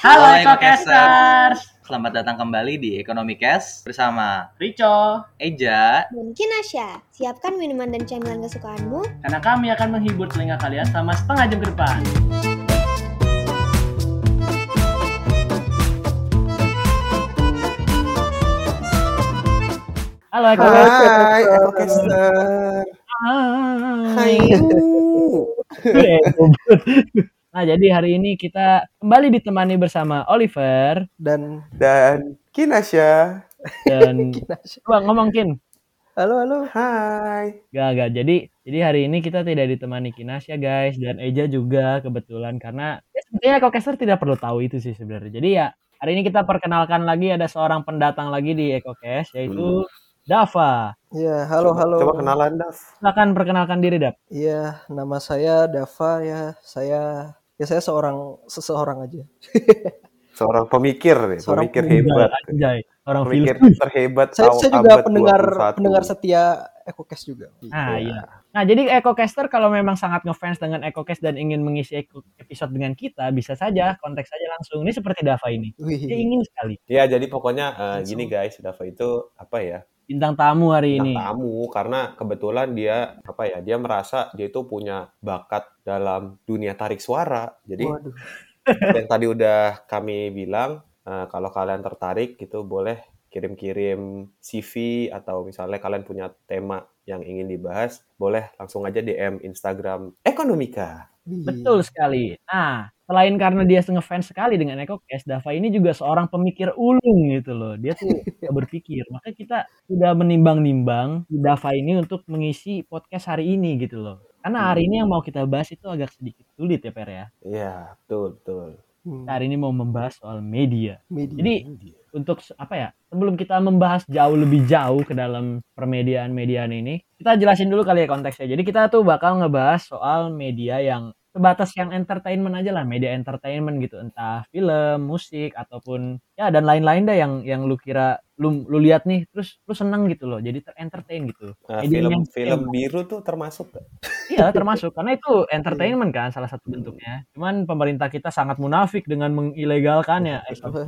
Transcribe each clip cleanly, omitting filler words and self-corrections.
Halo EcoCasters, selamat datang kembali di Ekonomi Cast bersama Rico, Eja, dan Kinasya. Siapkan minuman dan camilan kesukaanmu, karena kami akan menghibur telinga kalian selama setengah jam ke depan. Halo EcoCaster. Hai. Nah, jadi hari ini kita kembali ditemani bersama Oliver dan Kinasya. Dan coba ngomong Kin. Halo. Hai. Gak. Jadi hari ini kita tidak ditemani Kinasya guys, dan Eja juga kebetulan karena sebenarnya EcoCaster tidak perlu tahu itu sih sebenarnya. Jadi ya hari ini kita perkenalkan lagi ada seorang pendatang lagi di EcoCast yaitu Dava. Iya, halo. Coba kenalan, Dav. Silakan perkenalkan diri, Dav. Iya, nama saya Dava ya. Saya seseorang aja. Seorang pemikir nih, pemikir hebat. Anjay, orang pemikir terhebat. Saya juga pendengar setia EcoCast juga. Iya. Nah, jadi EcoCaster kalau memang sangat ngefans dengan EcoCast dan ingin mengisi episode dengan kita, bisa saja kontak saja langsung. Ini seperti Dava ini. Dia ingin sekali. Ya, jadi pokoknya gini guys, Dava itu apa ya? Bintang tamu hari ini. Bintang tamu karena kebetulan dia dia merasa dia itu punya bakat dalam dunia tarik suara. Jadi yang tadi udah kami bilang, kalau kalian tertarik gitu boleh kirim-kirim CV atau misalnya kalian punya tema yang ingin dibahas, boleh langsung aja DM Instagram Ekonomika. Betul sekali. Nah, selain karena dia ngefans sekali dengan EcoCast, Dava ini juga seorang pemikir ulung gitu loh. Dia tuh berpikir. Maka kita sudah menimbang-nimbang Dava ini untuk mengisi podcast hari ini gitu loh. Karena hari ini yang mau kita bahas itu agak sedikit sulit ya, Per ya? Iya, betul. Kita hari ini mau membahas soal media. Jadi, untuk sebelum kita membahas lebih jauh ke dalam permediaan-mediaan ini, kita jelasin dulu kali ya konteksnya. Jadi kita tuh bakal ngebahas soal media yang sebatas yang entertainment aja lah, media entertainment gitu, entah film, musik ataupun ya dan lain-lain dah yang lu kira lu lihat nih terus lu seneng gitu loh, jadi terentertain gitu. Film biru tuh termasuk gak? Iya, termasuk karena itu entertainment kan salah satu bentuknya. Cuman pemerintah kita sangat munafik dengan mengilegalkannya.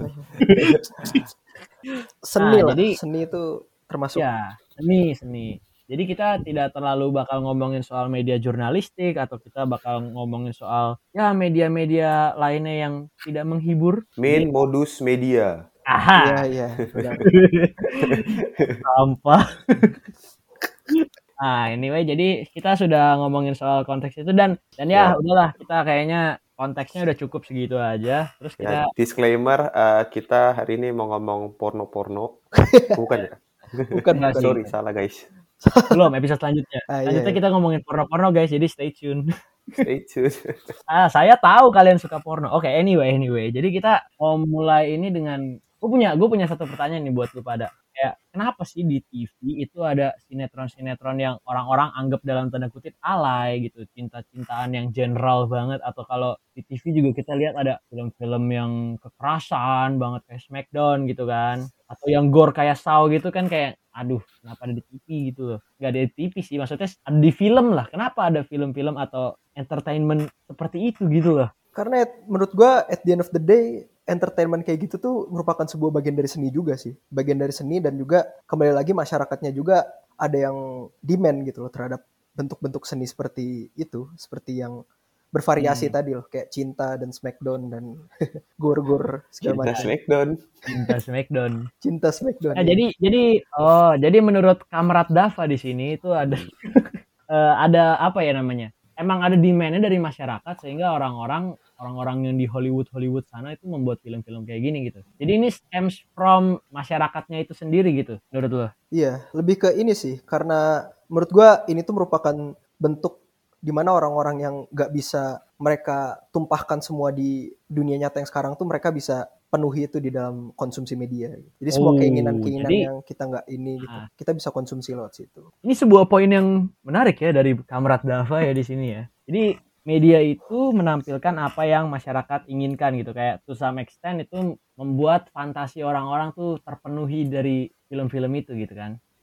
Seni itu termasuk. Ya, seni. Jadi kita tidak terlalu bakal ngomongin soal media jurnalistik atau kita bakal ngomongin soal ya media-media lainnya yang tidak menghibur. Modus media. Aha. Iya. Sampah. Nah, anyway, jadi kita sudah ngomongin soal konteks itu dan ya udahlah, kita kayaknya konteksnya udah cukup segitu aja. Terus kita disclaimer, kita hari ini mau ngomong porno. Bukan ya? Bukan. Sorry, salah guys. Belum episode selanjutnya. Selanjutnya kita ngomongin porno guys, jadi stay tune. Saya tahu kalian suka porno. Oke, anyway. Jadi kita mau mulai ini dengan gue punya satu pertanyaan nih buat lu pada. Kayak kenapa sih di TV itu ada sinetron-sinetron yang orang-orang anggap dalam tanda kutip alay gitu, cinta-cintaan yang general banget, atau kalau di TV juga kita lihat ada film-film yang kekerasan banget kayak Smackdown gitu kan, atau yang gore kayak Saw gitu kan, kayak aduh kenapa ada di TV gitu loh. Nggak ada di TV sih, maksudnya ada di film lah. Kenapa ada film-film atau entertainment seperti itu gitu loh. Karena menurut gua at the end of the day entertainment kayak gitu tuh merupakan sebuah bagian dari seni juga sih. Bagian dari seni, dan juga kembali lagi masyarakatnya juga ada yang demand gitu loh terhadap bentuk-bentuk seni seperti itu. Seperti yang bervariasi tadi loh, kayak cinta dan Smackdown dan gore segala macam. Cinta Smackdown. Nah, jadi menurut Kamrat Dava di sini itu ada ada apa ya namanya? Emang ada demand-nya dari masyarakat sehingga orang-orang yang di Hollywood sana itu membuat film-film kayak gini gitu. Jadi ini stems from masyarakatnya itu sendiri gitu menurut lo? Iya, lebih ke ini sih, karena menurut gua ini tuh merupakan bentuk di mana orang-orang yang gak bisa mereka tumpahkan semua di dunia nyata yang sekarang tuh mereka bisa penuhi itu di dalam konsumsi media. Jadi semua keinginan yang kita nggak ini gitu, kita bisa konsumsi lewat situ. Ini sebuah poin yang menarik ya dari Kamrat Dava ya di sini ya. Jadi media itu menampilkan apa yang masyarakat inginkan gitu, kayak to some extent itu membuat fantasi orang-orang tuh terpenuhi dari film-film itu gitu kan.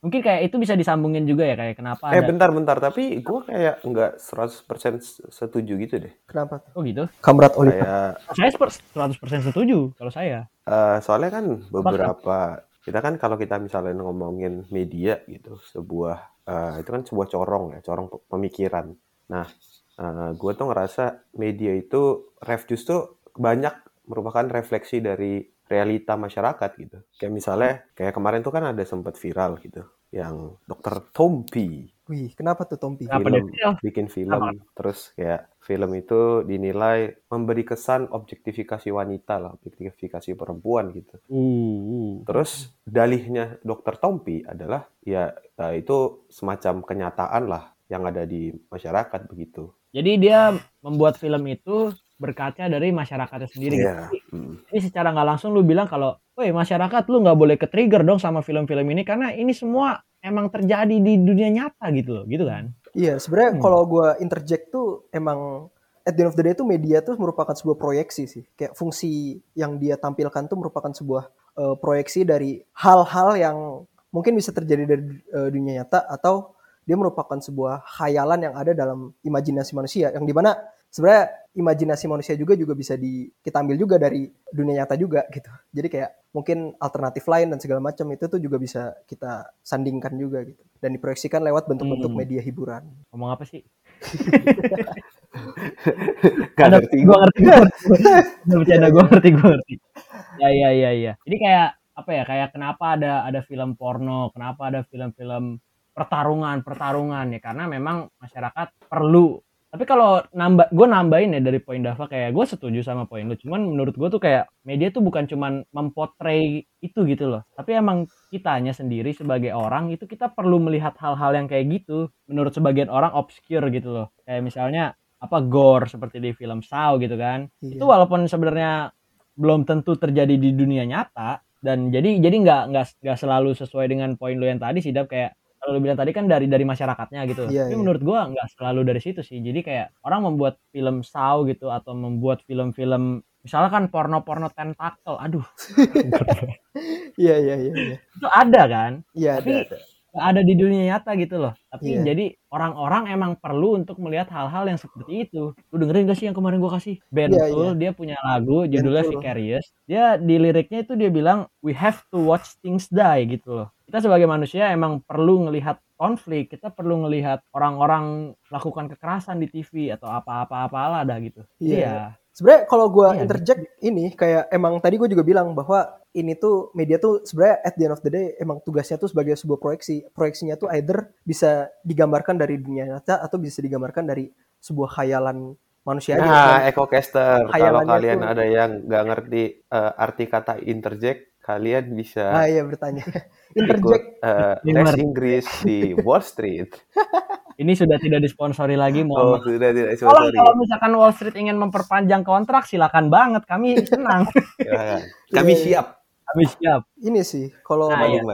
Mungkin kayak itu bisa disambungin juga ya, kayak kenapa ada. Bentar, tapi gue kayak nggak 100% setuju gitu deh. Kenapa? Oh gitu? Kamrat Oliver. Saya 100% setuju kalau saya. Soalnya kan beberapa, kita kan kalau kita misalnya ngomongin media gitu, itu kan sebuah corong pemikiran. Nah, gue tuh ngerasa media itu justru banyak merupakan refleksi dari realita masyarakat gitu. Kayak misalnya, kayak kemarin tuh kan ada sempat viral gitu, yang Dr. Tompi. Wih, kenapa tuh Tompi? Bikin film, terus kayak film itu dinilai memberi kesan objektifikasi wanita lah, objektifikasi perempuan gitu. Terus dalihnya Dr. Tompi adalah ya itu semacam kenyataan lah yang ada di masyarakat begitu. Jadi dia membuat film itu berkaca dari masyarakatnya sendiri. Yeah. Gitu. Jadi secara nggak langsung lu bilang kalau, woi masyarakat lu nggak boleh ke-trigger dong sama film-film ini karena ini semua emang terjadi di dunia nyata gitu loh, gitu kan? Iya, sebenarnya kalau gue interject tuh emang at the end of the day tuh media tuh merupakan sebuah proyeksi sih. Kayak fungsi yang dia tampilkan tuh merupakan sebuah proyeksi dari hal-hal yang mungkin bisa terjadi dari dunia nyata atau dia merupakan sebuah khayalan yang ada dalam imajinasi manusia yang dimana sebenarnya imajinasi manusia juga bisa kita ambil juga dari dunia nyata juga gitu. Jadi kayak mungkin alternatif lain dan segala macam itu tuh juga bisa kita sandingkan juga gitu dan diproyeksikan lewat bentuk-bentuk media hiburan. Ngomong apa sih? Gak ngerti. Gue ngerti. Udah bercanda, gue ngerti. Ya. Jadi kayak apa ya? Kayak kenapa ada film porno? Kenapa ada film-film pertarungan ya? Karena memang masyarakat perlu. Tapi kalau gue nambahin ya dari poin Dava, kayak gue setuju sama poin lu. Cuman menurut gue tuh kayak media tuh bukan cuman mempotray itu gitu loh. Tapi emang kitanya sendiri sebagai orang itu kita perlu melihat hal-hal yang kayak gitu. Menurut sebagian orang obscure gitu loh. Kayak misalnya gore seperti di film Saw gitu kan. Itu walaupun sebenarnya belum tentu terjadi di dunia nyata dan jadi nggak selalu sesuai dengan poin lu yang tadi sih, Dap, kayak kalau lu bilang tadi kan dari masyarakatnya gitu. Tapi menurut gua nggak selalu dari situ sih. Jadi kayak orang membuat film Saw gitu atau membuat film-film misalnya kan porno tentakel. Aduh. Iya. Itu ada kan? Iya, tapi ada di dunia nyata gitu loh. Tapi jadi orang-orang emang perlu untuk melihat hal-hal yang seperti itu. Lu dengerin gak sih yang kemarin gua kasih? Bentul, dia punya lagu judulnya Vicarious. Dia di liriknya itu dia bilang we have to watch things die gitu loh. Kita sebagai manusia emang perlu ngelihat konflik, kita perlu ngelihat orang-orang melakukan kekerasan di TV atau apa-apa lah gitu. Iya. Sebenarnya kalau gue interject ini kayak emang tadi gue juga bilang bahwa ini tuh media tuh sebenarnya at the end of the day emang tugasnya tuh sebagai sebuah proyeksi. Proyeksinya tuh either bisa digambarkan dari dunia nyata atau bisa digambarkan dari sebuah khayalan manusia aja. Nah, EcoCaster, kalau kalian ada yang nggak ngerti arti kata interject, kalian bisa bertanya. Interject tes Inggris di Wall Street. Ini sudah tidak disponsori lagi, mohon maaf. Sudah tidak disponsori. Kalau misalkan Wall Street ingin memperpanjang kontrak, silakan banget, kami senang. Kami siap. Ini sih kalau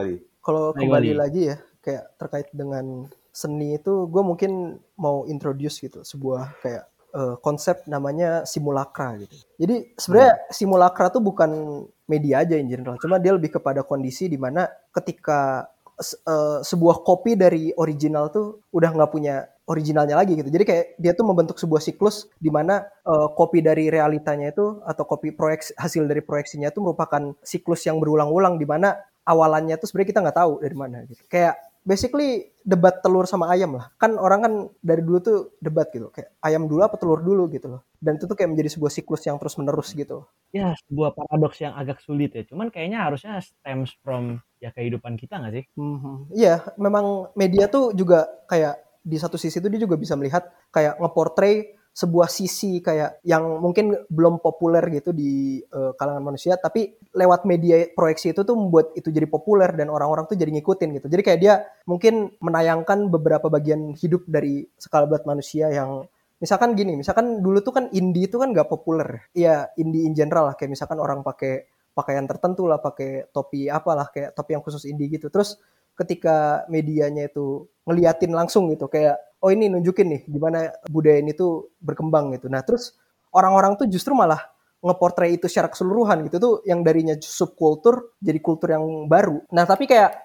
kembali lagi ya, kayak terkait dengan seni itu, gue mungkin mau introduce gitu sebuah kayak konsep namanya simulacra gitu. Jadi sebenarnya simulacra tuh bukan media aja in general, cuma dia lebih kepada kondisi di mana ketika sebuah kopi dari original tuh udah nggak punya originalnya lagi gitu. Jadi kayak dia tuh membentuk sebuah siklus di mana kopi dari realitanya itu atau kopi hasil dari proyeksinya itu merupakan siklus yang berulang-ulang di mana awalannya tuh sebenarnya kita nggak tahu dari mana gitu. Kayak basically debat telur sama ayam lah. Kan orang kan dari dulu tuh debat gitu. Kayak ayam dulu apa telur dulu gitu loh. Dan itu tuh kayak menjadi sebuah siklus yang terus menerus gitu. Ya, sebuah paradoks yang agak sulit ya. Cuman kayaknya harusnya stems from ya kehidupan kita nggak sih? Iya, memang media tuh juga kayak di satu sisi tuh dia juga bisa melihat kayak ngeportray sebuah sisi kayak yang mungkin belum populer gitu di kalangan manusia, tapi lewat media proyeksi itu tuh membuat itu jadi populer dan orang-orang tuh jadi ngikutin gitu. Jadi kayak dia mungkin menayangkan beberapa bagian hidup dari sekalabat manusia yang misalkan gini, misalkan dulu tuh kan indie itu kan nggak populer. Iya, indie in general lah, kayak misalkan orang pakai pakaian tertentu lah, pakai topi apalah, kayak topi yang khusus indie gitu. Terus ketika medianya itu ngeliatin langsung gitu, kayak oh ini nunjukin nih gimana budaya ini tuh berkembang gitu. Nah terus orang-orang tuh justru malah ngeportray itu secara keseluruhan gitu tuh, yang darinya subkultur jadi kultur yang baru. Nah tapi kayak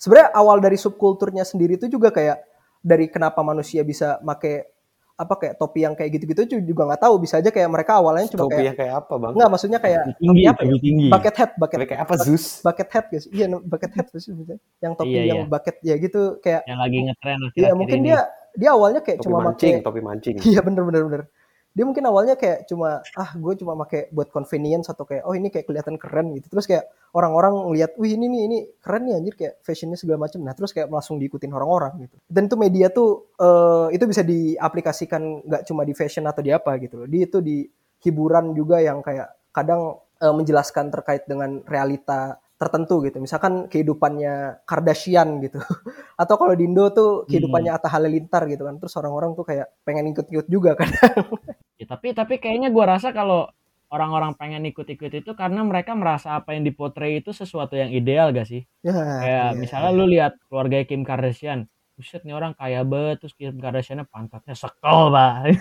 sebenarnya awal dari subkulturnya sendiri itu juga kayak dari kenapa manusia bisa make apa kayak topi yang kayak gitu-gitu juga nggak tahu, bisa aja kayak mereka awalnya cuma Topi kayak yang kayak apa, Bang? nggak, maksudnya kayak tinggi, topi apa ya? topi tinggi. Bucket hat Topi kayak apa, Zeus? bucket hat guys, iya bucket hat sih maksudnya. Yang topi Iya, yang iya. bucket ya gitu kayak Yang lagi ngetren ya akhir-akhir mungkin ini. dia awalnya kayak Topi cuma mancing, make topi mancing. iya bener. Dia mungkin awalnya kayak cuma gue cuma pakai buat convenience atau kayak ini kayak kelihatan keren gitu. Terus kayak orang-orang ngelihat, wih ini keren nih anjir, kayak fashionnya segala macam. Nah terus kayak langsung diikutin orang-orang gitu. Dan itu media tuh itu bisa diaplikasikan nggak cuma di fashion atau di apa gitu loh. Dia itu di hiburan juga yang kayak kadang menjelaskan terkait dengan realita tertentu gitu. Misalkan kehidupannya Kardashian gitu. Atau kalau di Indo tuh kehidupannya Atta Halilintar gitu kan. Terus orang-orang tuh kayak pengen ikut-ikut juga kan. Ya, tapi kayaknya gue rasa kalau orang-orang pengen ikut-ikut itu karena mereka merasa apa yang dipotret itu sesuatu yang ideal gak sih? Ya, Kayak misalnya lu lihat keluarga Kim Kardashian, buset nih orang kaya banget, terus Kim Kardashiannya pantatnya sekel banget.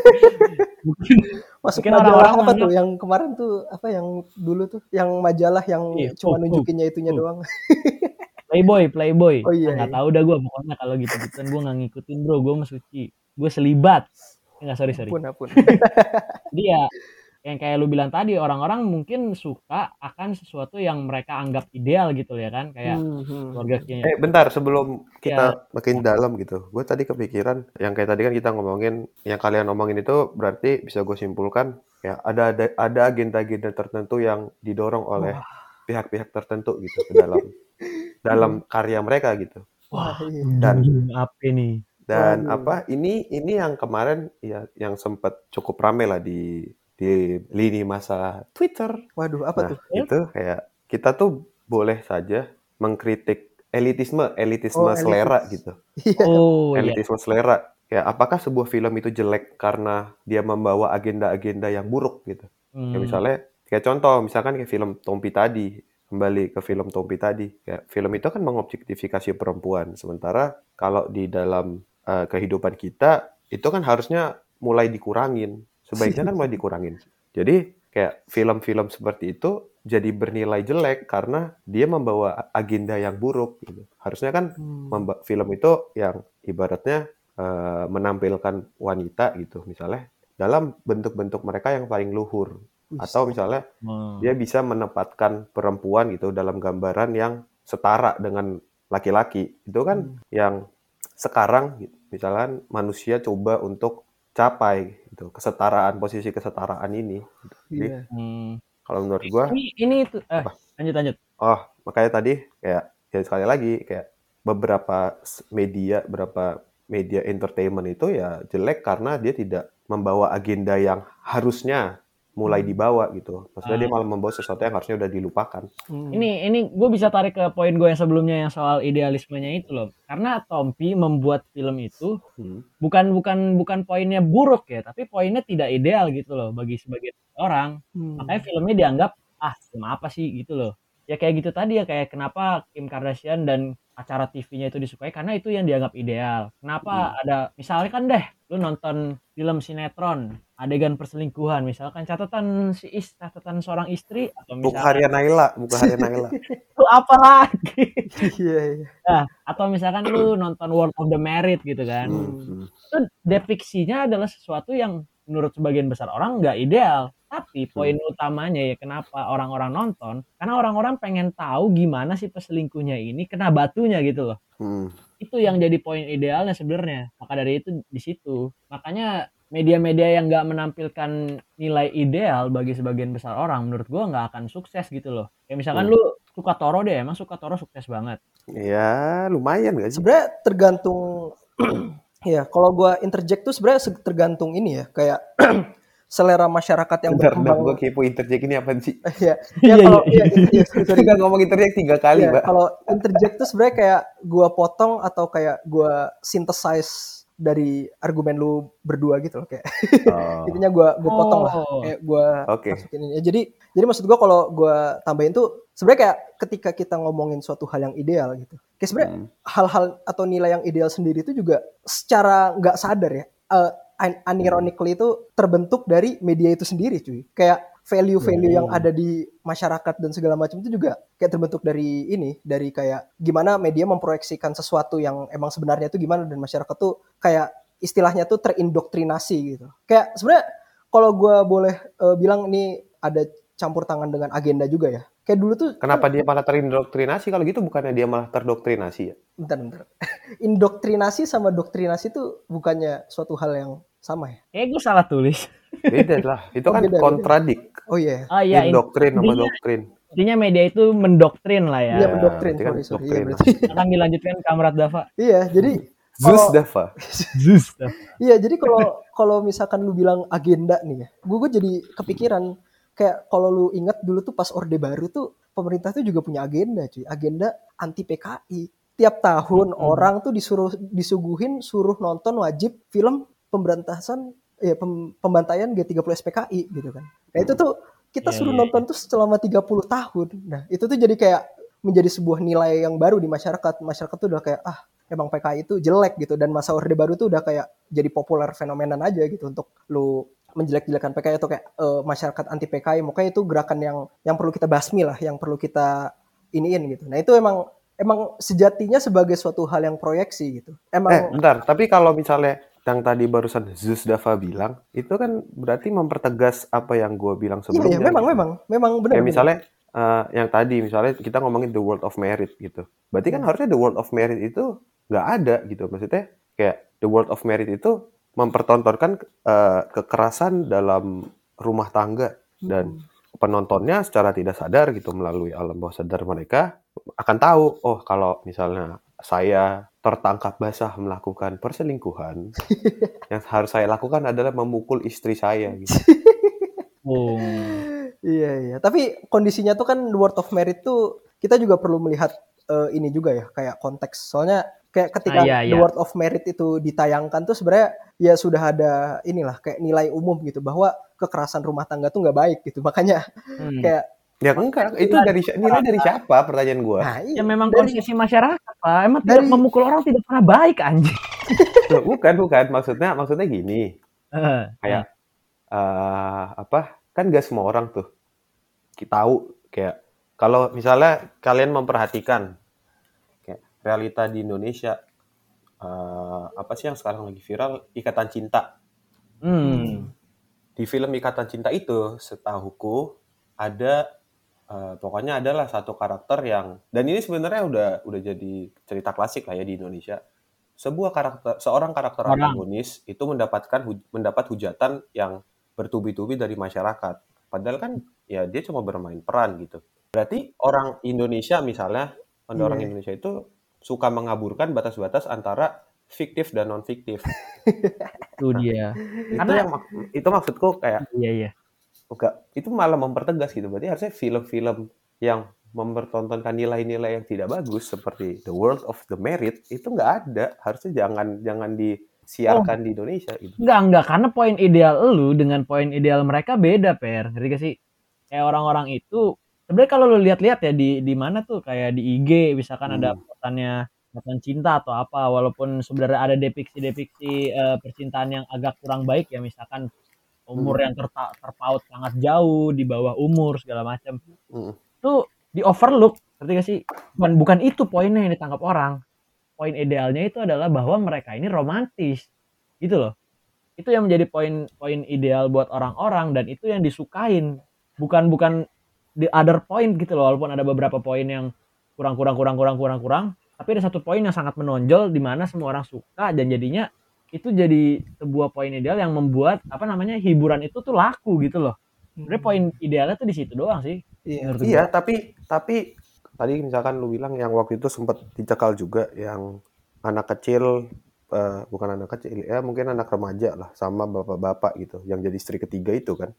masuk Mungkin majalah orang-orang apa menganggap- tuh yang kemarin tuh apa yang dulu tuh yang majalah yang Iya, cuma Vogue, nunjukinnya itunya Vogue. doang. Playboy. Oh iya, Nggak iya. tahu dah gue, pokoknya kalau gitu-gituan gue nggak ngikutin bro, gue mah suci, gue selibat. Nggak, sorry. Apun. Jadi ya yang kayak lu bilang tadi, orang-orang mungkin suka akan sesuatu yang mereka anggap ideal gitu ya kan, kayak keluarga Kim. Bentar, sebelum Ya. kita makin dalam gitu, gue tadi kepikiran, yang kayak tadi kan kita ngomongin, yang kalian omongin itu berarti bisa gue simpulkan, ya ada agenda-agenda tertentu yang didorong oleh pihak-pihak tertentu gitu ke dalam karya mereka gitu. Wah, Dan apa nih? Dan ini yang kemarin ya yang sempat cukup rame lah di lini masa Twitter. Waduh, apa tuh? Itu kayak kita tuh boleh saja mengkritik elitisme selera gitu. Oh iya. Elitisme selera. Ya, apakah sebuah film itu jelek karena dia membawa agenda-agenda yang buruk gitu? Kayak misalnya, kayak contoh, misalkan kayak film Tompi tadi, kembali ke film Tompi tadi, kayak film itu kan mengobjektifikasi perempuan, sementara kalau di dalam kehidupan kita itu kan harusnya mulai dikurangin, sebaiknya kan mulai dikurangin. Jadi kayak film-film seperti itu jadi bernilai jelek karena dia membawa agenda yang buruk gitu. Harusnya kan film itu yang ibaratnya menampilkan wanita gitu, misalnya dalam bentuk-bentuk mereka yang paling luhur, atau misalnya dia bisa menempatkan perempuan gitu dalam gambaran yang setara dengan laki-laki. Itu kan yang sekarang gitu, misalkan manusia coba untuk capai gitu, posisi kesetaraan ini gitu. Jadi kalau menurut gua ini itu lanjut. Oh, makanya tadi kayak ya sekali lagi kayak beberapa media entertainment itu ya jelek karena dia tidak membawa agenda yang harusnya mulai dibawa gitu. Maksudnya dia malah membawa sesuatu yang harusnya udah dilupakan. Ini gue bisa tarik ke poin gue yang sebelumnya yang soal idealismenya itu loh. Karena Tompi membuat film itu bukan poinnya buruk ya, tapi poinnya tidak ideal gitu loh bagi sebagian orang. Makanya filmnya dianggap film apa sih gitu loh. Ya kayak gitu tadi ya, kayak kenapa Kim Kardashian dan acara TV-nya itu disukai karena itu yang dianggap ideal. Kenapa ada misalnya kan deh lu nonton film sinetron adegan perselingkuhan, misalkan catatan seorang istri atau misalkan Buka Harian Naila. itu apa lagi? Iya. Nah, atau misalkan lu nonton World of the Married gitu kan. Itu depiksinya adalah sesuatu yang menurut sebagian besar orang nggak ideal. Tapi poin utamanya ya kenapa orang-orang nonton, karena orang-orang pengen tahu gimana sih peselingkuhnya ini kena batunya gitu loh. Itu yang jadi poin idealnya sebenarnya. Maka dari itu di situ. Makanya media-media yang nggak menampilkan nilai ideal bagi sebagian besar orang, menurut gua nggak akan sukses gitu loh. Kayak misalkan lu suka Toro deh, emang suka Toro sukses banget. Ya lumayan gak sih? Sebenarnya tergantung ya, kalau gua interject tuh sebenarnya tergantung ini ya, kayak selera masyarakat yang berkembang. Gue kepo interject ini apa sih? Sorry kan ngomong interject 3 kali, Mbak. Kalau interject tuh sebenarnya kayak gua potong atau kayak gua synthesize dari argumen lu berdua gitu loh, kayak intinya gua potong lah, kayak gua masukin ini. Jadi maksud gua kalau gua tambahin tuh sebenarnya kayak ketika kita ngomongin suatu hal yang ideal gitu, kayak sebenarnya hal-hal atau nilai yang ideal sendiri itu juga secara nggak sadar ya, unironically itu terbentuk dari media itu sendiri cuy. Kayak value-value yang ada di masyarakat dan segala macam itu juga kayak terbentuk dari kayak gimana media memproyeksikan sesuatu yang emang sebenarnya itu gimana, dan masyarakat tuh kayak istilahnya tuh terindoktrinasi gitu. Kayak sebenarnya kalau gue boleh bilang ini ada campur tangan dengan agenda juga ya. Kayak dulu tuh kenapa dia malah terindoktrinasi? Kalau gitu bukannya dia malah terdoktrinasi ya? Bentar. Indoktrinasi sama doktrinasi tuh bukannya suatu hal yang sama ya? Gue salah tulis. Beda lah. Itu kan beda. kontradik. Oh iya. Oh iya. Indoktrin sama doktrin. Intinya media itu mendoktrin lah ya. Iya, mendoktrin. Sorry. Iya, berarti. Akan dilanjutkan Kamrat Dava. Iya, jadi Zeus Dava. Iya, jadi kalau misalkan lu bilang agenda nih ya, gue jadi kepikiran kayak kalau lu ingat dulu tuh pas Orde Baru tuh pemerintah tuh juga punya agenda, cuy. Agenda anti PKI. Tiap tahun orang tuh disuguhin suruh nonton wajib film pemberantasan pembantaian G30 SPKI gitu kan. Nah itu tuh kita suruh nonton tuh selama 30 tahun. Nah itu tuh jadi kayak menjadi sebuah nilai yang baru di masyarakat. Masyarakat tuh udah kayak emang PKI itu jelek gitu, dan masa Orde Baru tuh udah kayak jadi populer fenomenan aja gitu untuk lu menjelek-jelekan PKI atau kayak masyarakat anti PKI. Makanya itu gerakan yang perlu kita basmi lah, yang perlu kita iniin gitu. Nah itu emang sejatinya sebagai suatu hal yang proyeksi gitu. Bentar, tapi kalau misalnya yang tadi barusan Zeus Dava bilang, itu kan berarti mempertegas apa yang gue bilang sebelumnya. Iya, memang benar. Kayak misalnya yang tadi misalnya kita ngomongin the world of merit gitu. Berarti kan harusnya the world of merit itu nggak ada gitu. Maksudnya kayak the world of merit itu mempertontonkan kekerasan dalam rumah tangga, dan penontonnya secara tidak sadar gitu melalui alam bawah sadar mereka akan tahu, oh kalau misalnya saya tertangkap basah melakukan perselingkuhan, yang harus saya lakukan adalah memukul istri saya gitu. Iya. Tapi kondisinya tuh kan the word of merit tuh kita juga perlu melihat ini juga ya, kayak konteks. Soalnya kayak ketika the word of merit itu ditayangkan tuh sebenarnya ya sudah ada inilah kayak nilai umum gitu bahwa kekerasan rumah tangga tuh nggak baik gitu. Makanya kayak ya enggak, itu nilai dari siapa, pertanyaan gue? Nah, ya memang konsumsi masyarakat, Pak. Emang tidak memukul orang tidak pernah baik, anjing. Bukan. Maksudnya gini. Kayak kan gak semua orang tuh kita tahu kayak kalau misalnya kalian memperhatikan kayak realita di Indonesia, apa sih yang sekarang lagi viral, Ikatan Cinta. Di film Ikatan Cinta itu setahuku ada pokoknya adalah satu karakter yang, dan ini sebenarnya udah jadi cerita klasik lah ya di Indonesia. Seorang karakter antagonis itu mendapat hujatan yang bertubi-tubi dari masyarakat. Padahal kan ya dia cuma bermain peran gitu. Berarti orang Indonesia misalnya, orang Indonesia itu suka mengaburkan batas-batas antara fiktif dan non fiktif. Itu dia. Itu maksudku kayak iya. Itu malah mempertegas gitu. Berarti harusnya film-film yang mempertontonkan nilai-nilai yang tidak bagus seperti The World of the Merit itu nggak ada. Harusnya jangan disiarkan di Indonesia gitu. Enggak, karena poin ideal lu dengan poin ideal mereka beda, Per. Ngerti gak sih? Kayak orang-orang itu sebenarnya kalau lu lihat-lihat ya di mana tuh kayak di IG misalkan ada postannya tentang cinta atau apa, walaupun sebenarnya ada depiksi percintaan yang agak kurang baik ya, misalkan umur yang terpaut sangat jauh di bawah umur segala macam. Itu di overlook, ngerti gak sih? Bukan itu poinnya yang ditangkap orang. Poin idealnya itu adalah bahwa mereka ini romantis. Gitu loh. Itu yang menjadi poin ideal buat orang-orang, dan itu yang disukain. Bukan the other point gitu loh, walaupun ada beberapa poin yang kurang, tapi ada satu poin yang sangat menonjol di mana semua orang suka, dan jadinya itu jadi sebuah poin ideal yang membuat hiburan itu tuh laku gitu loh. Sebenarnya poin idealnya tuh di situ doang sih. Iya, tapi tadi misalkan lu bilang yang waktu itu sempat dicekal juga yang anak kecil, bukan anak kecil ya, mungkin anak remaja lah sama bapak-bapak gitu yang jadi istri ketiga itu kan.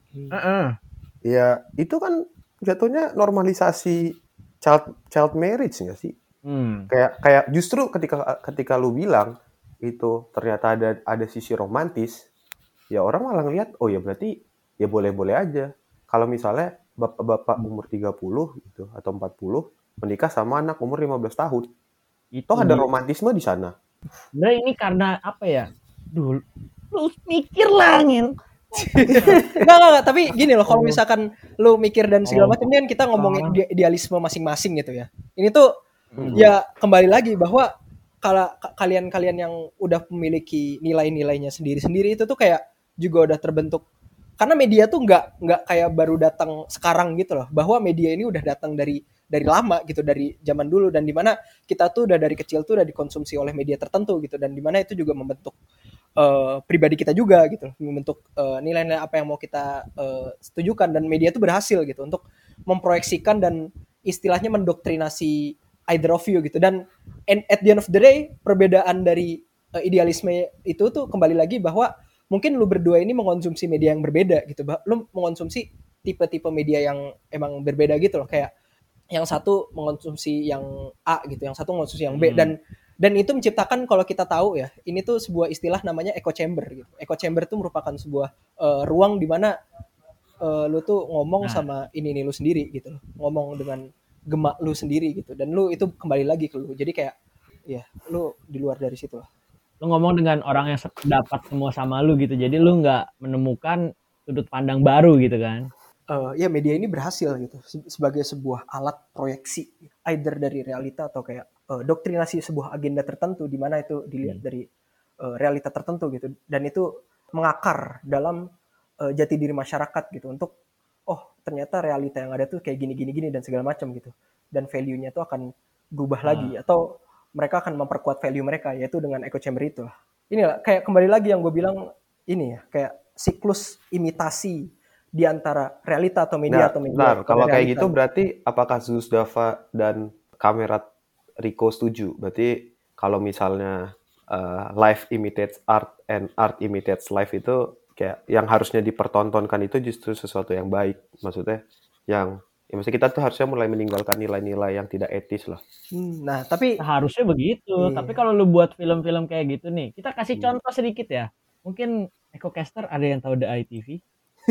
Ya itu kan jatuhnya normalisasi child marriage nggak sih? Kayak justru ketika lu bilang itu ternyata ada sisi romantis, ya orang malah ngeliat, oh ya berarti ya boleh-boleh aja. Kalau misalnya bapak-bapak umur 30 gitu atau 40 menikah sama anak umur 15 tahun. Itu ada romantisme di sana. Nah ini karena apa ya? Lu mikir lah, Ngin. Enggak, tapi gini loh, kalau misalkan lu mikir dan segala macam, ini kan kita ngomongin idealisme masing-masing gitu ya. Ini tuh ya kembali lagi bahwa kalau kalian-kalian yang udah memiliki nilai-nilainya sendiri-sendiri itu tuh kayak juga udah terbentuk, karena media tuh nggak kayak baru datang sekarang gitu loh, bahwa media ini udah datang dari lama gitu, dari zaman dulu, dan dimana kita tuh udah dari kecil tuh udah dikonsumsi oleh media tertentu gitu, dan dimana itu juga membentuk pribadi kita juga gitu, membentuk nilai-nilai apa yang mau kita setujukan, dan media itu berhasil gitu untuk memproyeksikan dan istilahnya mendoktrinasi either of you gitu. Dan at the end of the day, perbedaan dari idealisme itu tuh kembali lagi bahwa mungkin lu berdua ini mengkonsumsi media yang berbeda gitu, lu mengkonsumsi tipe-tipe media yang emang berbeda gitu loh, kayak yang satu mengkonsumsi yang A gitu, yang satu mengkonsumsi yang B, dan itu menciptakan, kalau kita tahu ya, ini tuh sebuah istilah namanya echo chamber gitu. Echo chamber itu merupakan sebuah ruang di mana lu tuh ngomong sama ini lu sendiri gitu, ngomong dengan gemak lu sendiri gitu, dan lu itu kembali lagi ke lu. Jadi kayak ya lu di luar dari situ lah. Lu ngomong dengan orang yang sependapat semua sama lu gitu, jadi lu nggak menemukan sudut pandang baru gitu kan. Ya media ini berhasil gitu sebagai sebuah alat proyeksi, either dari realita atau kayak doktrinasi sebuah agenda tertentu, di mana itu dilihat dari realita tertentu gitu, dan itu mengakar dalam jati diri masyarakat gitu, untuk ternyata realita yang ada tuh kayak gini dan segala macam gitu, dan value-nya tuh akan berubah lagi, atau mereka akan memperkuat value mereka, yaitu dengan echo chamber itu lah. Inilah kayak kembali lagi yang gue bilang ini ya, kayak siklus imitasi di antara realita atau media atau media. Nah, kalau kayak gitu berarti apakah Zeus Dava dan Kamerat Rico setuju? Berarti kalau misalnya life imitates art and art imitates life, itu kayak yang harusnya dipertontonkan itu justru sesuatu yang baik. Maksudnya yang maksudnya kita tuh harusnya mulai meninggalkan nilai-nilai yang tidak etis lah. Nah, tapi harusnya begitu. Tapi kalau lu buat film-film kayak gitu nih, kita kasih contoh sedikit ya. Mungkin EcoCaster ada yang tahu The ITV?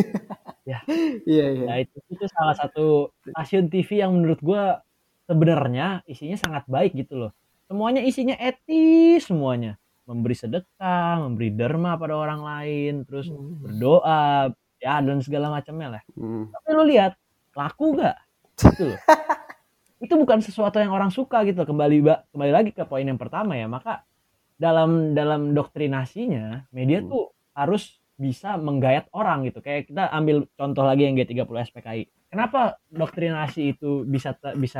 Ya. Nah, itu salah satu stasiun TV yang menurut gue sebenarnya isinya sangat baik gitu loh. Semuanya isinya etis semuanya. Memberi sedekah, memberi derma pada orang lain, terus berdoa, ya dan segala macamnya lah. Tapi lu lihat, laku gak? Gitu loh. Itu bukan sesuatu yang orang suka gitu. Kembali lagi ke poin yang pertama ya. Maka dalam doktrinasinya, media tuh harus bisa menggayat orang gitu. Kayak kita ambil contoh lagi yang G30 SPKI. Kenapa doktrinasi itu bisa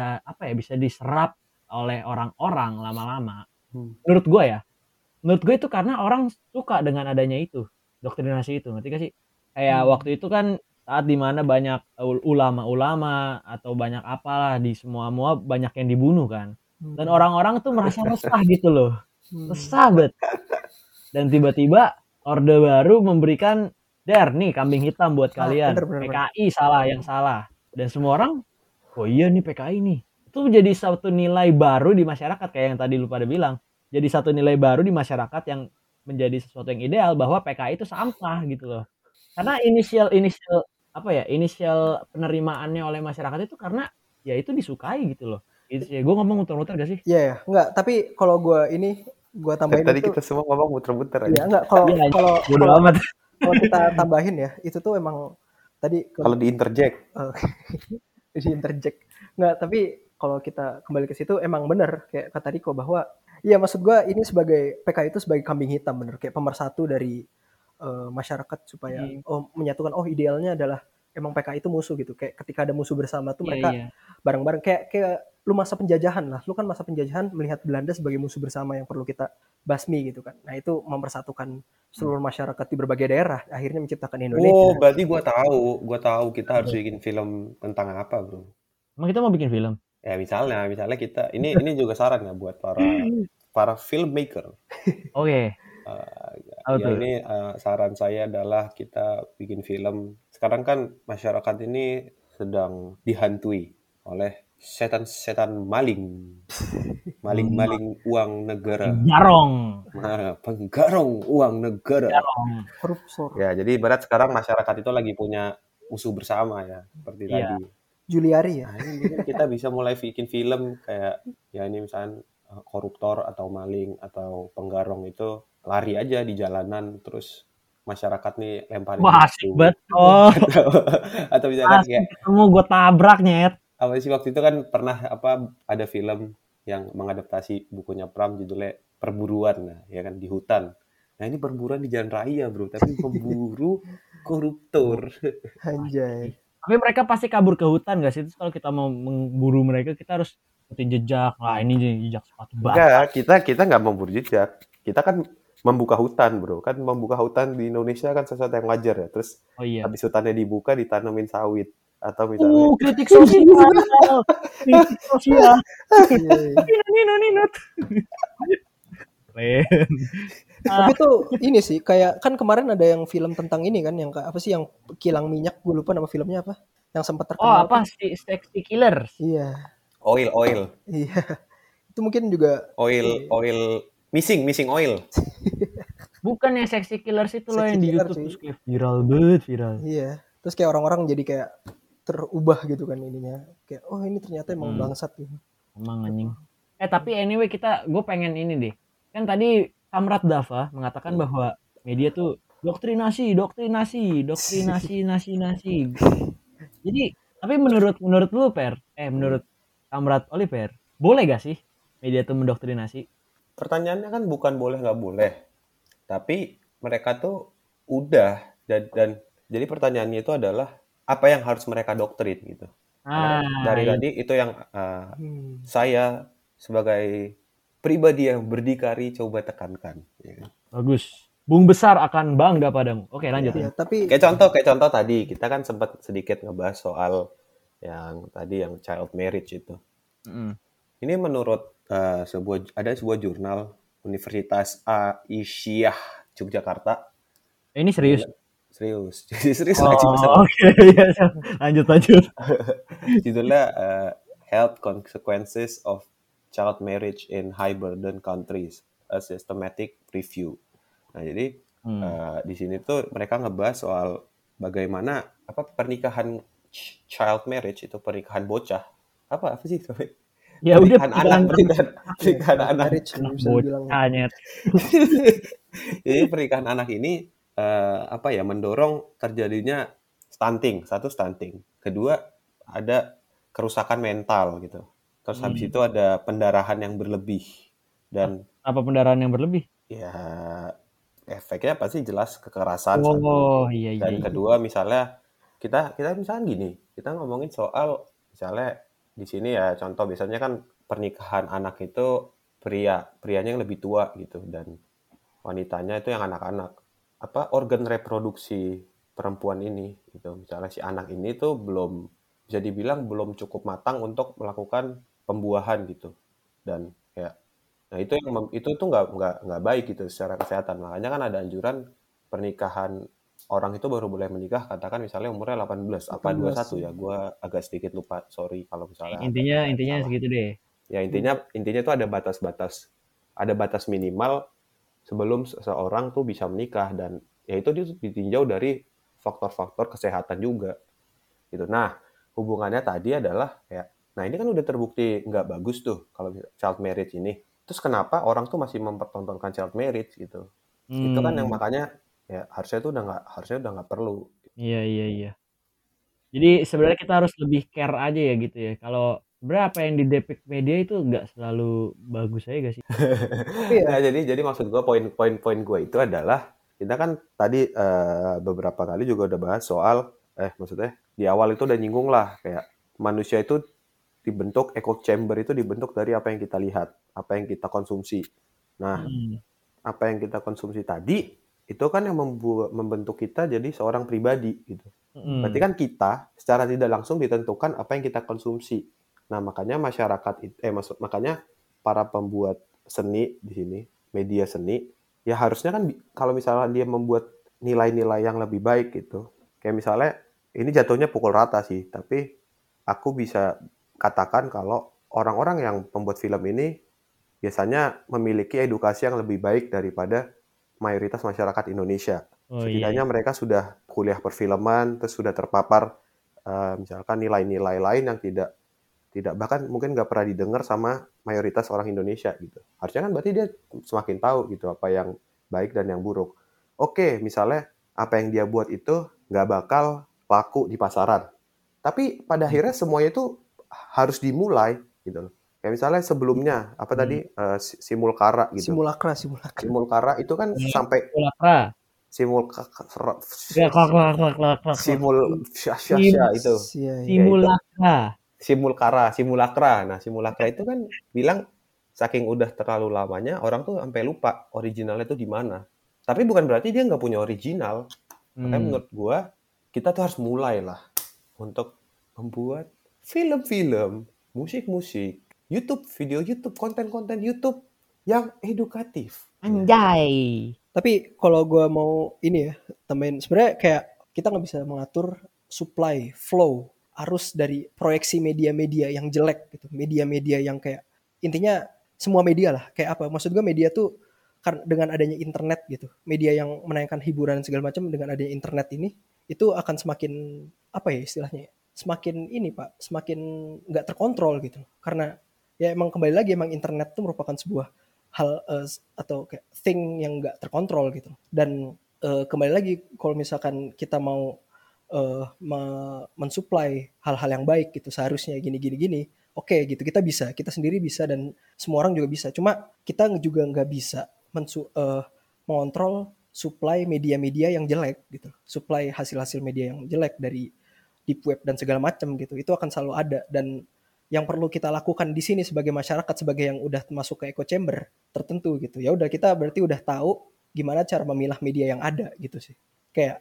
diserap oleh orang-orang lama-lama? Menurut gue itu karena orang suka dengan adanya itu, doktrinasi itu. Ngerti gak sih? Kayak waktu itu kan saat dimana banyak ulama-ulama atau banyak apalah di semua banyak yang dibunuh kan. Dan orang-orang tuh merasa resah gitu loh. Resah banget. Dan tiba-tiba Orde Baru memberikan nih kambing hitam buat kalian. PKI yang salah. Dan semua orang, oh iya nih PKI nih. Itu jadi satu nilai baru di masyarakat, kayak yang tadi lu pada bilang. Jadi satu nilai baru di masyarakat yang menjadi sesuatu yang ideal, bahwa PKI itu sampah gitu loh. Karena inisial penerimaannya oleh masyarakat itu karena ya itu disukai gitu loh. Gue ngomong muter-muter gak sih? Iya, enggak. Tapi kalau gue tambahin tadi itu, kita semua ngomong muter-muter aja. Iya, enggak. Kalau kita tambahin ya, itu tuh emang tadi kalau diinterject. Diinterject. Enggak, tapi kalau kita kembali ke situ emang benar kayak kata Riko, bahwa iya, maksud gue ini sebagai PKI itu sebagai kambing hitam, bener, kayak pemersatu dari masyarakat supaya menyatukan, idealnya adalah emang PKI itu musuh gitu, kayak ketika ada musuh bersama tuh mereka bareng-bareng, kayak lu masa penjajahan lah, lu kan masa penjajahan melihat Belanda sebagai musuh bersama yang perlu kita basmi gitu kan. Nah itu mempersatukan seluruh masyarakat di berbagai daerah, akhirnya menciptakan Indonesia. Oh, berarti gue tahu kita harus bikin film tentang apa, bro? Emang kita mau bikin film? Ya misalnya kita ini juga saran ya buat para filmmaker. Oke. Ini saran saya adalah kita bikin film. Sekarang kan masyarakat ini sedang dihantui oleh setan-setan maling uang negara. Penggarong uang negara. Korupsor. Ya, jadi ibarat sekarang masyarakat itu lagi punya musuh bersama ya, seperti tadi. Juliari ya. Nah, ini kita bisa mulai bikin film kayak ya ini misalnya koruptor atau maling atau penggarong itu lari aja di jalanan, terus masyarakat nih lemparin Wah, asik batu. banget. Oh, Atau misalkan asik kayak ketemu gue tabrak nyet. apa sih waktu itu kan pernah ada film yang mengadaptasi bukunya Pram judulnya Perburuan, nah ya kan, di hutan. Nah ini perburuan di jalan raya bro, tapi memburu koruptor. Anjay. Tapi mereka pasti kabur ke hutan gak sih? Terus kalau kita mau memburu mereka, kita harus ikutin jejak. Nah ini jejak sepatu bata. Enggak, kita nggak memburu jejak. Kita kan membuka hutan bro. Kan membuka hutan di Indonesia kan sesuatu yang wajar ya. Terus Oh iya. habis hutannya dibuka ditanemin sawit. Atau misalnya Kritik sosial. Kritik sosial. Ninut. Keren. Tapi tuh ini sih kayak kan kemarin ada yang film tentang ini kan yang apa sih yang kilang minyak, gue lupa nama filmnya apa, yang sempat Oh terkenal. apa sih Sexy Killers? Iya. oil. Iya. Itu mungkin juga Oil missing oil. Bukan yang Sexy Killers itu loh Sexy yang di Killer, YouTube cuy. terus kayak viral banget, viral. Iya. Terus kayak orang-orang jadi kayak terubah gitu kan ininya. Kayak oh ini ternyata emang bangsat gitu. Emang anjing. Tapi anyway gue pengen ini deh. Kan tadi Kamrat Dava mengatakan bahwa media tuh doktrinasi. Jadi, tapi menurut lu menurut Kamrat Oliver, boleh gak sih media tuh mendoktrinasi? Pertanyaannya kan bukan boleh nggak boleh, tapi mereka tuh udah dan jadi pertanyaannya itu adalah apa yang harus mereka doktrin gitu. Dari tadi itu yang saya sebagai pribadi yang berdikari coba tekankan. Ya. Bagus. Bung besar akan bangga padamu. Oke, lanjut. Ya, tapi Kayak contoh tadi kita kan sempat sedikit ngebahas soal yang tadi yang child marriage itu. Ini menurut sebuah jurnal Universitas Aisyah Yogyakarta. Ini serius? Serius. Jadi serius Oh, aja. oke. Lanjut. Judulnya Health Consequences of Child Marriage in High Burden Countries, a Systematic Review. Nah, jadi di sini tuh mereka ngebahas soal bagaimana pernikahan child marriage itu pernikahan bocah. Apa sih? Ya udah pernikahan anak. Bocahnya. Jadi pernikahan anak ini mendorong terjadinya stunting. Satu, stunting. Kedua, ada kerusakan mental gitu. Terus habis itu ada pendarahan yang berlebih. Dan apa pendarahan yang berlebih? Ya efeknya pasti jelas kekerasan. Iya. Dan kedua misalnya kita misalnya gini, kita ngomongin soal misalnya di sini ya contoh biasanya kan pernikahan anak itu prianya yang lebih tua gitu dan wanitanya itu yang anak-anak. Organ reproduksi perempuan ini gitu. Misalnya si anak ini tuh belum bisa dibilang belum cukup matang untuk melakukan pembuahan gitu. Dan ya nah itu tuh nggak baik gitu secara kesehatan. Makanya kan ada anjuran pernikahan orang itu baru boleh menikah katakan misalnya umurnya 18 apa 21 ya. Gua agak sedikit lupa, sorry kalau misalnya intinya segitu deh. Ya intinya tuh ada batas minimal sebelum seseorang tuh bisa menikah dan ya itu ditinjau dari faktor-faktor kesehatan juga gitu. Nah hubungannya tadi adalah kayak nah ini kan udah terbukti nggak bagus tuh kalau child marriage ini. Terus kenapa orang tuh masih mempertontonkan child marriage gitu? Itu kan yang makanya ya harusnya udah nggak perlu. Iya. Jadi sebenarnya kita harus lebih care aja ya gitu ya. Kalau berapa yang didepict media itu nggak selalu bagus aja gak sih? Nah, jadi maksud gue poin gue itu adalah kita kan tadi beberapa kali juga udah bahas soal maksudnya di awal itu udah nyinggung lah kayak manusia itu dibentuk echo chamber itu dibentuk dari apa yang kita lihat, apa yang kita konsumsi. Nah, apa yang kita konsumsi tadi itu kan yang membentuk kita jadi seorang pribadi gitu. Berarti kan kita secara tidak langsung ditentukan apa yang kita konsumsi. Nah, makanya makanya para pembuat seni di sini, media seni, ya harusnya kan kalau misalnya dia membuat nilai-nilai yang lebih baik gitu. Kayak misalnya ini jatuhnya pukul rata sih, tapi aku bisa katakan kalau orang-orang yang membuat film ini biasanya memiliki edukasi yang lebih baik daripada mayoritas masyarakat Indonesia. Setidaknya mereka sudah kuliah perfilman, terus sudah terpapar misalkan nilai-nilai lain yang tidak bahkan mungkin nggak pernah didengar sama mayoritas orang Indonesia gitu. Harusnya kan berarti dia semakin tahu gitu apa yang baik dan yang buruk. Oke, misalnya apa yang dia buat itu nggak bakal laku di pasaran. Tapi pada akhirnya semuanya itu harus dimulai gitu loh. Kayak misalnya sebelumnya apa tadi Simulkara gitu. Simulkara itu kan sampai Simulakra. Nah, Simulakra itu kan bilang saking udah terlalu lamanya orang tuh sampai lupa originalnya itu di mana. Tapi bukan berarti dia nggak punya original. Makanya menurut gua kita tuh harus mulai lah untuk membuat film-film, musik-musik, video YouTube, konten-konten YouTube yang edukatif. Anjay. Tapi kalau gue mau ini ya, tambahin, sebenarnya kayak kita nggak bisa mengatur supply, flow, arus dari proyeksi media-media yang jelek gitu. Media-media yang kayak, intinya semua media lah. Kayak apa? Maksud gue media tuh kan dengan adanya internet gitu. Media yang menayangkan hiburan segala macam dengan adanya internet ini, itu akan semakin, apa ya istilahnya, semakin ini Pak, semakin nggak terkontrol gitu. Karena ya emang kembali lagi, emang internet tuh merupakan sebuah hal atau kayak thing yang nggak terkontrol gitu. Dan kembali lagi kalau misalkan kita mau mensuplai hal-hal yang baik gitu, seharusnya gini oke gitu, kita sendiri bisa dan semua orang juga bisa. Cuma kita juga nggak bisa mengontrol supply media-media yang jelek gitu, supply hasil-hasil media yang jelek dari deep web dan segala macam gitu. Itu akan selalu ada, dan yang perlu kita lakukan di sini sebagai masyarakat, sebagai yang udah masuk ke echo chamber tertentu gitu, ya udah, kita berarti udah tahu gimana cara memilah media yang ada gitu sih. Kayak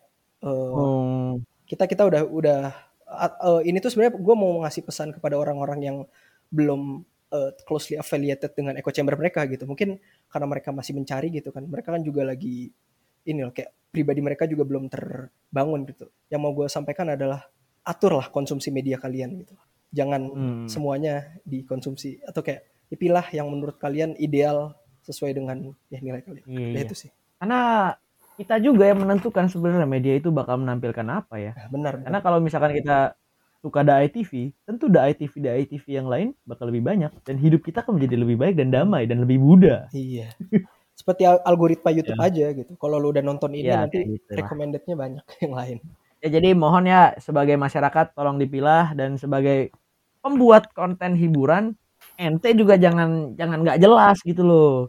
kita udah ini tuh sebenarnya gue mau ngasih pesan kepada orang-orang yang belum closely affiliated dengan echo chamber mereka gitu. Mungkin karena mereka masih mencari gitu kan, mereka kan juga lagi ini loh, kayak pribadi mereka juga belum terbangun gitu. Yang mau gue sampaikan adalah aturlah konsumsi media kalian gitu. Jangan semuanya dikonsumsi, atau kayak dipilah yang menurut kalian ideal sesuai dengan ya nilai kalian. Iya. Itu sih. Karena kita juga yang menentukan sebenarnya media itu bakal menampilkan apa ya. Benar. Karena kalau misalkan kita suka Dai TV, tentu Dai TV yang lain bakal lebih banyak, dan hidup kita akan menjadi lebih baik dan damai dan lebih mudah. Iya. Seperti algoritma YouTube aja gitu. Kalau lu udah nonton ini nanti gitu recommended-nya banyak yang lain. Ya, jadi mohon ya sebagai masyarakat tolong dipilah, dan sebagai pembuat konten hiburan ente juga jangan nggak jelas gitu loh.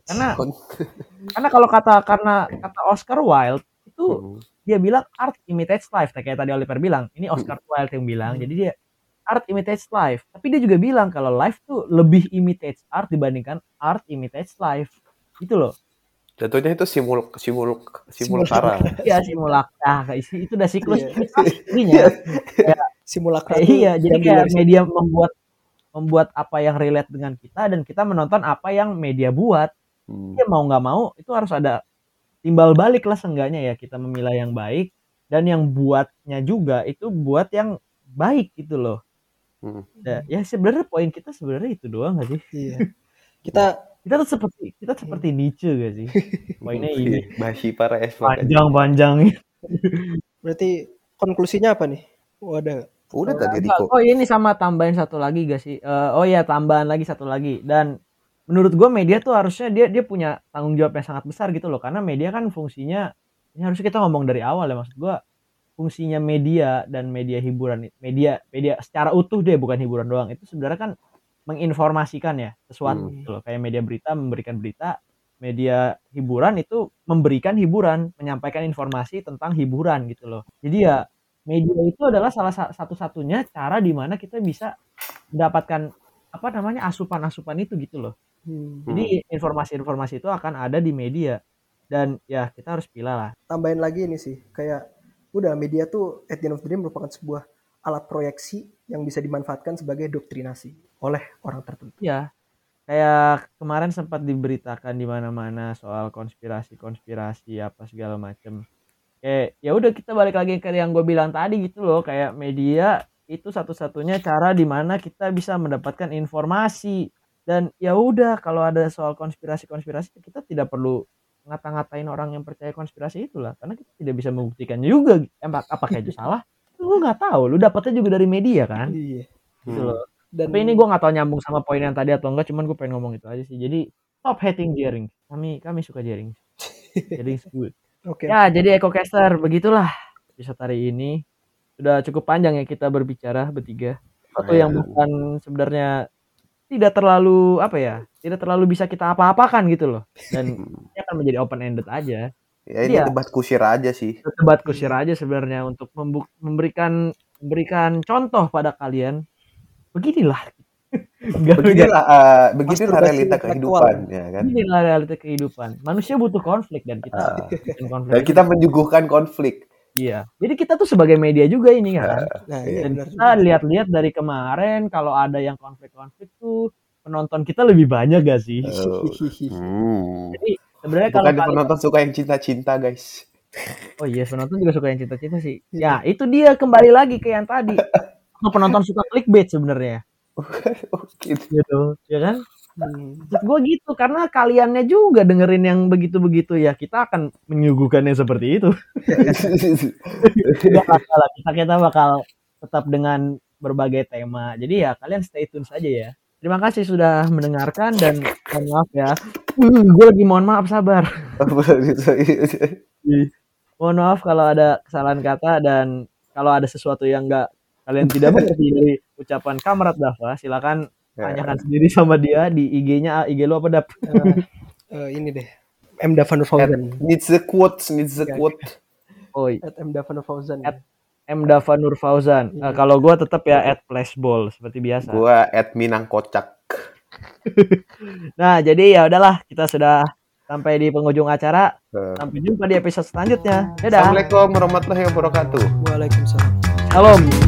Karena kalau kata Oscar Wilde itu dia bilang art imitates life. Kayak tadi Oliver bilang, ini Oscar Wilde yang bilang. Jadi dia art imitates life. Tapi dia juga bilang kalau life tuh lebih imitates art dibandingkan art imitates life. Gitu loh. Jatuhnya itu simulakra. Iya, simulakra. Itu udah siklus aslinya. Simulakra. Iya, jadi kayak media membuat apa yang relate dengan kita, dan kita menonton apa yang media buat. Ya mau nggak mau itu harus ada timbal balik lah seenggaknya ya, kita memilah yang baik, dan yang buatnya juga itu buat yang baik gitu loh. Ya sebenarnya poin kita sebenarnya itu doang nggak sih? Iya. Kita seperti Nietzsche gak sih? Poinnya ini. Basi parah ya. Panjang. Berarti konklusinya apa nih? Udah tadi Riko. Oh ini sama tambahin satu lagi gak sih? Tambahan lagi satu lagi. Dan menurut gue media tuh harusnya dia punya tanggung jawab yang sangat besar gitu loh. Karena media kan fungsinya, ini harusnya kita ngomong dari awal ya, maksud gue fungsinya media dan media hiburan, media secara utuh deh, bukan hiburan doang, itu sebenarnya kan menginformasikan ya sesuatu gitu loh. Kayak media berita memberikan berita, media hiburan itu memberikan hiburan, menyampaikan informasi tentang hiburan gitu loh. Jadi ya media itu adalah salah satu-satunya cara di mana kita bisa mendapatkan asupan-asupan itu gitu loh. Jadi informasi-informasi itu akan ada di media, dan ya kita harus pilih lah. Tambahin lagi ini sih, kayak udah media tuh at the end of the day merupakan sebuah alat proyeksi yang bisa dimanfaatkan sebagai doktrinasi oleh orang tertentu. Ya, kayak kemarin sempat diberitakan di mana-mana soal konspirasi apa segala macem. Kayak ya udah, kita balik lagi ke yang gue bilang tadi gitu loh, kayak media itu satu-satunya cara di mana kita bisa mendapatkan informasi. Dan ya udah, kalau ada soal konspirasi kita tidak perlu ngata-ngatain orang yang percaya konspirasi itulah, karena kita tidak bisa membuktikan juga apakah itu salah. Lu nggak tahu, lu dapetnya juga dari media kan. Iya. Gitu loh. Tapi ini gue nggak tahu nyambung sama poin yang tadi atau enggak, cuman gue pengen ngomong itu aja sih. Jadi stop hating Jering. Kami suka Jering. Jering is good. Oke. Ya, jadi EcoCaster begitulah episode hari ini. Sudah cukup panjang ya kita berbicara bertiga. Satu yang bukan sebenarnya tidak terlalu tidak terlalu bisa kita apa-apakan gitu loh. Dan ini akan menjadi open ended aja. Ya ini debat kusir aja sih. Debat kusir aja sebenarnya untuk memberikan contoh pada kalian. Beginilah beginilah realita kehidupan ya kan. Beginilah realita kehidupan. Manusia butuh konflik dan kita dan kita menyuguhkan konflik. Iya. Jadi kita tuh sebagai media juga ini kan. Iya, Dan kita lihat-lihat dari kemarin kalau ada yang konflik-konflik tuh penonton kita lebih banyak gak sih? Jadi sebenarnya kalau penonton suka yang cinta-cinta, guys. Oh iya, penonton juga suka yang cinta-cinta sih. Ya, itu dia kembali lagi ke yang tadi. Penonton suka clickbait sebenarnya. Gitu, ya kan? Maksud gue gitu, karena kaliannya juga dengerin yang begitu-begitu ya, kita akan menyuguhkannya seperti itu. Kita bakal tetap dengan berbagai tema. Jadi ya kalian stay tune saja ya. Terima kasih sudah mendengarkan dan maaf ya. Gue lagi mohon maaf, sabar. Mohon maaf kalau ada kesalahan kata dan kalau ada sesuatu yang kalian tidak mengerti dari ucapan Kamrat Dava, silakan tanyakan sendiri sama dia di IG-nya. IG lu apa, Dap? Ini deh. M Dava Nurfauzan. Needs the quote. Oh, M Dava Nurfauzan. M Dava Nurfauzan. Kalau gue tetap ya @flashball seperti biasa. Gue @minangkocak. Nah, jadi ya udahlah, kita sudah sampai di penghujung acara. Sampai jumpa di episode selanjutnya. Dadah. Assalamualaikum warahmatullahi wabarakatuh. Waalaikumsalam. Salam.